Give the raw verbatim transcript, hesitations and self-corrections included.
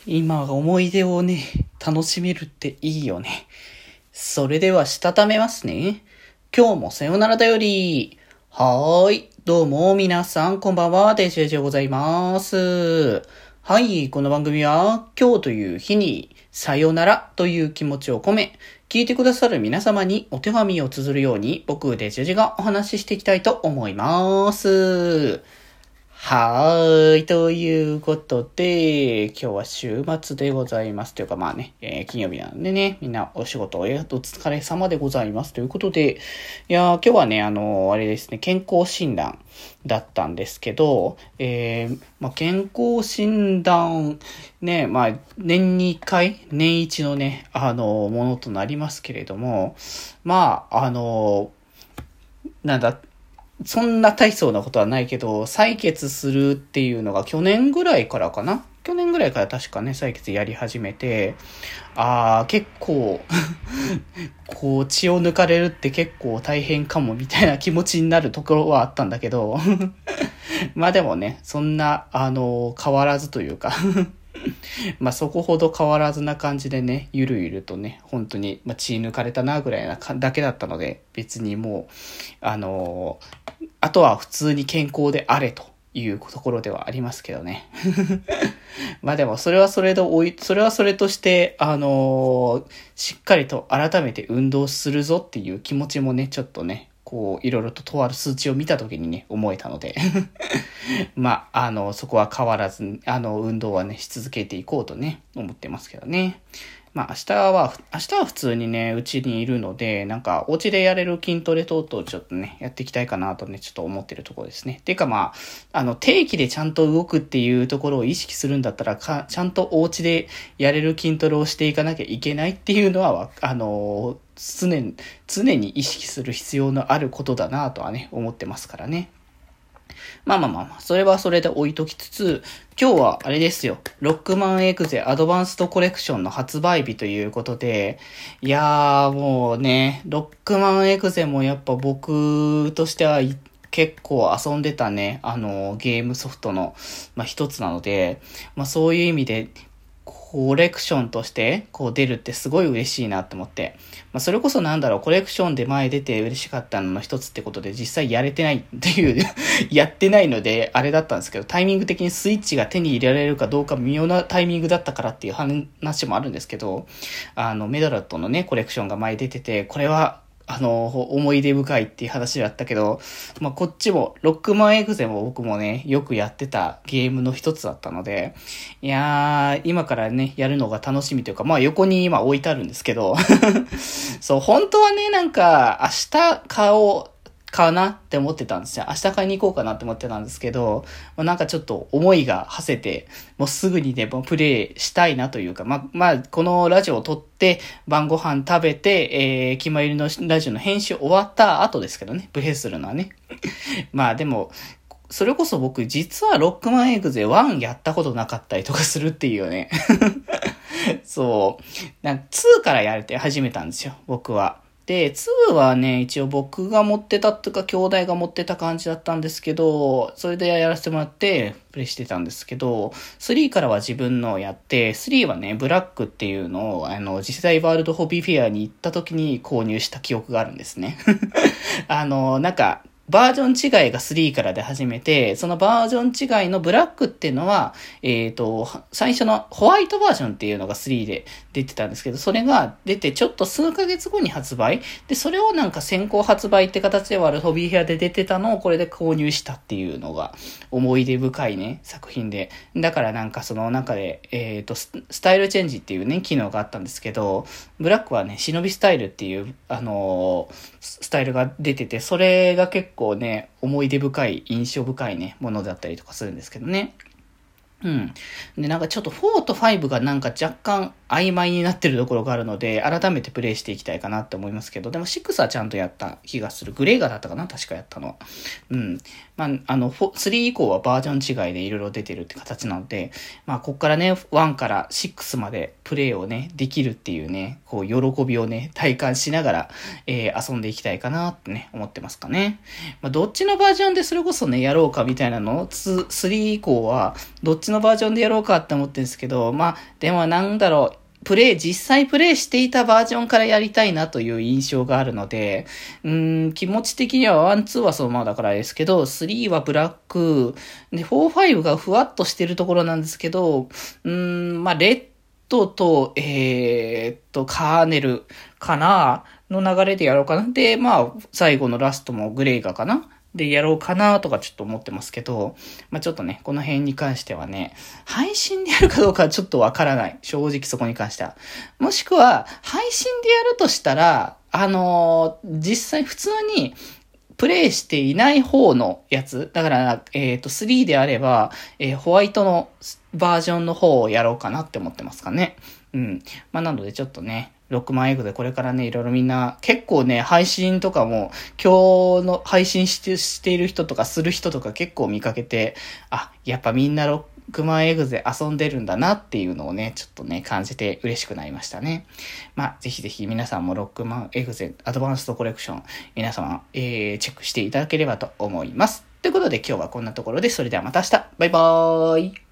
今思い出をね、楽しめるっていいよね。それではしたためますね。今日もさよならだより。はーい。どうも皆さんこんばんは。デジェジでございます。はい。この番組は今日という日にさよならという気持ちを込め、聞いてくださる皆様にお手紙を綴るように僕デジェジがお話ししていきたいと思います。はーい。ということで、今日は週末でございます。というかまあね、えー、金曜日なんでね、みんなお仕事お疲れ様でございます。ということで、いやー、今日はね、あのー、あれですね、健康診断だったんですけど、えー、まあ、健康診断、ね、まあ、年にいっかい、年一のね、あのー、ものとなりますけれども、まあ、あのー、なんだ、そんな大層なことはないけど、採血するっていうのが去年ぐらいからかな去年ぐらいから確かね、採血やり始めて、あー、結構、こう、血を抜かれるって結構大変かもみたいな気持ちになるところはあったんだけど、まあでもね、そんな、あの、変わらずというか、まあそこほど変わらずな感じでね、ゆるゆるとね、本当に、まあ、血抜かれたなぐらいなだけだったので、別にもう、あのー、あとは普通に健康であれというところではありますけどね。まあでもそれはそれでおい、それはそれとして、あのー、しっかりと改めて運動するぞっていう気持ちもね、ちょっとね、こう、いろいろととある数値を見たときにね、思えたので。まあ、あの、そこは変わらず、あの、運動はね、し続けていこうとね、思ってますけどね。まあ、明日は、明日は普通にね、うちにいるので、なんか、お家でやれる筋トレ等々ちょっとね、やっていきたいかなとね、ちょっと思ってるところですね。ていうかまあ、あの、定期でちゃんと動くっていうところを意識するんだったら、かちゃんとお家でやれる筋トレをしていかなきゃいけないっていうのは、あの、常に、常に意識する必要のあることだなとはね、思ってますからね。まあまあまあまあ、それはそれで置いときつつ、今日はあれですよ、ロックマンエグゼアドバンストコレクションの発売日ということで、いやーもうね、ロックマンエグゼもやっぱ僕としては結構遊んでたね、あのゲームソフトの、まあ、一つなので、まあそういう意味で、コレクションとしてこう出るってすごい嬉しいなって思って。まあそれこそなんだろう、コレクションで前出て嬉しかったのの一つってことで実際やれてないっていうやってないのであれだったんですけど、タイミング的にスイッチが手に入れられるかどうか微妙なタイミングだったからっていう話もあるんですけど、あのメダロットのねコレクションが前出てて、これはあの、思い出深いっていう話だったけど、まあ、こっちも、ロックマンエグゼも僕もね、よくやってたゲームの一つだったので、いやー、今からね、やるのが楽しみというか、まあ、横に今置いてあるんですけど、そう、本当はね、なんか、明日買おう、かなって思ってたんですよ。明日買いに行こうかなって思ってたんですけど、まあ、なんかちょっと思いが馳せて、もうすぐにね、もうプレイしたいなというか、まあ、まあ、このラジオを撮って、晩ご飯食べて、えー、気まゆりのラジオの編集終わった後ですけどね、プレイするのはね。まあでも、それこそ僕実はロックマンエグゼワンやったことなかったりとかするっていうね。そう。なんかツーからやれて始めたんですよ、僕は。で、ツーはね、一応僕が持ってたっていうか、兄弟が持ってた感じだったんですけど、それでやらせてもらって、プレイしてたんですけど、スリーからは自分のをやって、スリーはね、ブラックっていうのを、あの、次世代ワールドホビーフェアに行った時に購入した記憶があるんですね。あの、なんか、バージョン違いがスリーからで始めて、そのバージョン違いのブラックっていうのは、えっと、最初のホワイトバージョンっていうのがスリーで出てたんですけど、それが出てちょっと数ヶ月後に発売で、それをなんか先行発売って形ではあるホビーフェアで出てたのをこれで購入したっていうのが思い出深いね、作品で。だからなんかその中で、えっと、スタイルチェンジっていうね、機能があったんですけど、ブラックはね、忍びスタイルっていう、あのー、スタイルが出てて、それが結構ね、思い出深い、印象深いね、ものだったりとかするんですけどね。うん。で、なんかちょっとフォーとファイブがなんか若干曖昧になってるところがあるので、改めてプレイしていきたいかなって思いますけど、でもシックスはちゃんとやった気がする。グレーガーだったかな確かやったのは。うん。まあ、あの、スリー以降はバージョン違いでいろいろ出てるって形なので、まあ、こっからね、ワンからシックスまでプレイをね、できるっていうね、こう、喜びをね、体感しながら、えー、遊んでいきたいかなってね、思ってますかね。まあ、どっちのバージョンでそれこそね、やろうかみたいなの、スリー以降は、どっちのバージョンでやろうかって思ってるんですけど、まあ、でもなんだろう、プレイ、実際プレイしていたバージョンからやりたいなという印象があるので、うーん、気持ち的にはワン、ツーはそのままだからですけど、スリーはブラック、で、フォー、ファイブがふわっとしてるところなんですけど、うーん、まあ、レッドと、えー、っと、カーネルかなの流れでやろうかな。で、まあ、最後のラストもグレイガかなでやろうかなとかちょっと思ってますけど、まあちょっとね、この辺に関してはね、配信でやるかどうかはちょっとわからない。正直そこに関しては。もしくは、配信でやるとしたら、あのー、実際普通に、プレイしていない方のやつ。だから、えっと、スリーであれば、えー、ホワイトのバージョンの方をやろうかなって思ってますかね。うん。まあ、なのでちょっとね、ろくまんエグでこれからね、いろいろみんな、結構ね、配信とかも、今日の配信して、している人とかする人とか結構見かけて、あ、やっぱみんなろくまんエグゼ遊んでるんだなっていうのをね、ちょっとね、感じて嬉しくなりましたね。まあ、ぜひぜひ皆さんもろくまんエグゼアドバンストコレクション、皆様、えー、チェックしていただければと思います。ということで今日はこんなところで、それではまた明日バイバーイ